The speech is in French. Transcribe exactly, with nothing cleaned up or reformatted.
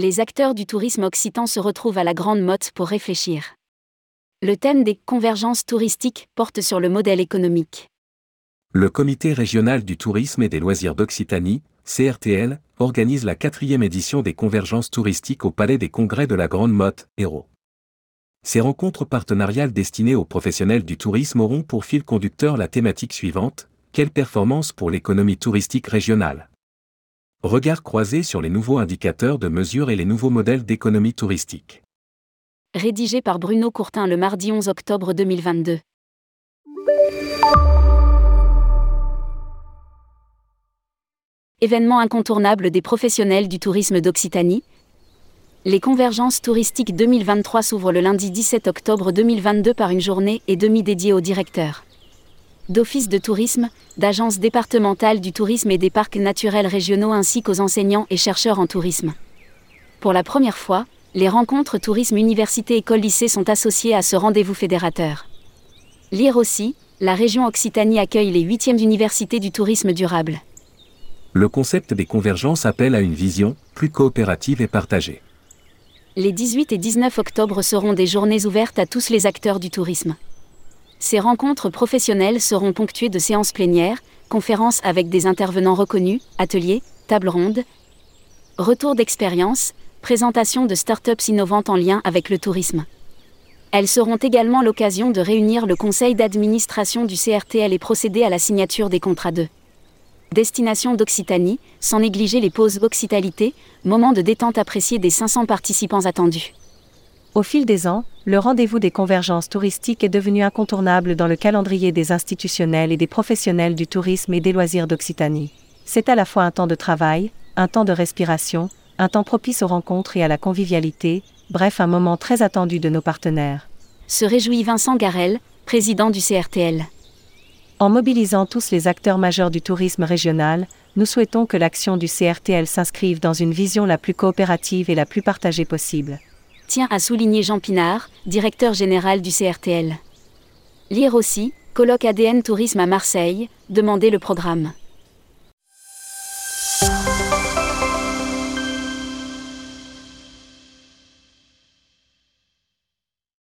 les acteurs du tourisme occitan se retrouvent à la Grande Motte pour réfléchir. Le thème des convergences touristiques porte sur le modèle économique. Le Comité régional du tourisme et des loisirs d'Occitanie, C R T L, organise la quatrième édition des convergences touristiques au Palais des Congrès de la Grande Motte, Hérault. Ces rencontres partenariales destinées aux professionnels du tourisme auront pour fil conducteur la thématique suivante: quelle performance pour l'économie touristique régionale? Regard croisé sur les nouveaux indicateurs de mesure et les nouveaux modèles d'économie touristique. Rédigé par Bruno Courtin le mardi onze octobre deux mille vingt-deux. Événement incontournable des professionnels du tourisme d'Occitanie. Les convergences touristiques deux mille vingt-trois s'ouvrent le lundi dix-sept octobre deux mille vingt-deux par une journée et demie dédiée aux directeurs d'offices de tourisme, d'agences départementales du tourisme et des parcs naturels régionaux ainsi qu'aux enseignants et chercheurs en tourisme. Pour la première fois, les rencontres tourisme université école lycée sont associées à ce rendez-vous fédérateur. Lire aussi, la région Occitanie accueille les huitièmes universités du tourisme durable. Le concept des convergences appelle à une vision plus coopérative et partagée. Les dix-huit et dix-neuf octobre seront des journées ouvertes à tous les acteurs du tourisme. Ces rencontres professionnelles seront ponctuées de séances plénières, conférences avec des intervenants reconnus, ateliers, tables rondes, retours d'expérience, présentation de start-ups innovantes en lien avec le tourisme. Elles seront également l'occasion de réunir le conseil d'administration du C R T L et procéder à la signature des contrats de destination d'Occitanie, sans négliger les pauses Occitalité, moment de détente apprécié des cinq cents participants attendus. Au fil des ans, le rendez-vous des convergences touristiques est devenu incontournable dans le calendrier des institutionnels et des professionnels du tourisme et des loisirs d'Occitanie. C'est à la fois un temps de travail, un temps de respiration, un temps propice aux rencontres et à la convivialité, bref un moment très attendu de nos partenaires. Se réjouit Vincent Garel, président du C R T L. En mobilisant tous les acteurs majeurs du tourisme régional, nous souhaitons que l'action du C R T L s'inscrive dans une vision la plus coopérative et la plus partagée possible. Tient à souligner Jean Pinard, directeur général du C R T L. Lire aussi, colloque A D N Tourisme à Marseille, demandez le programme.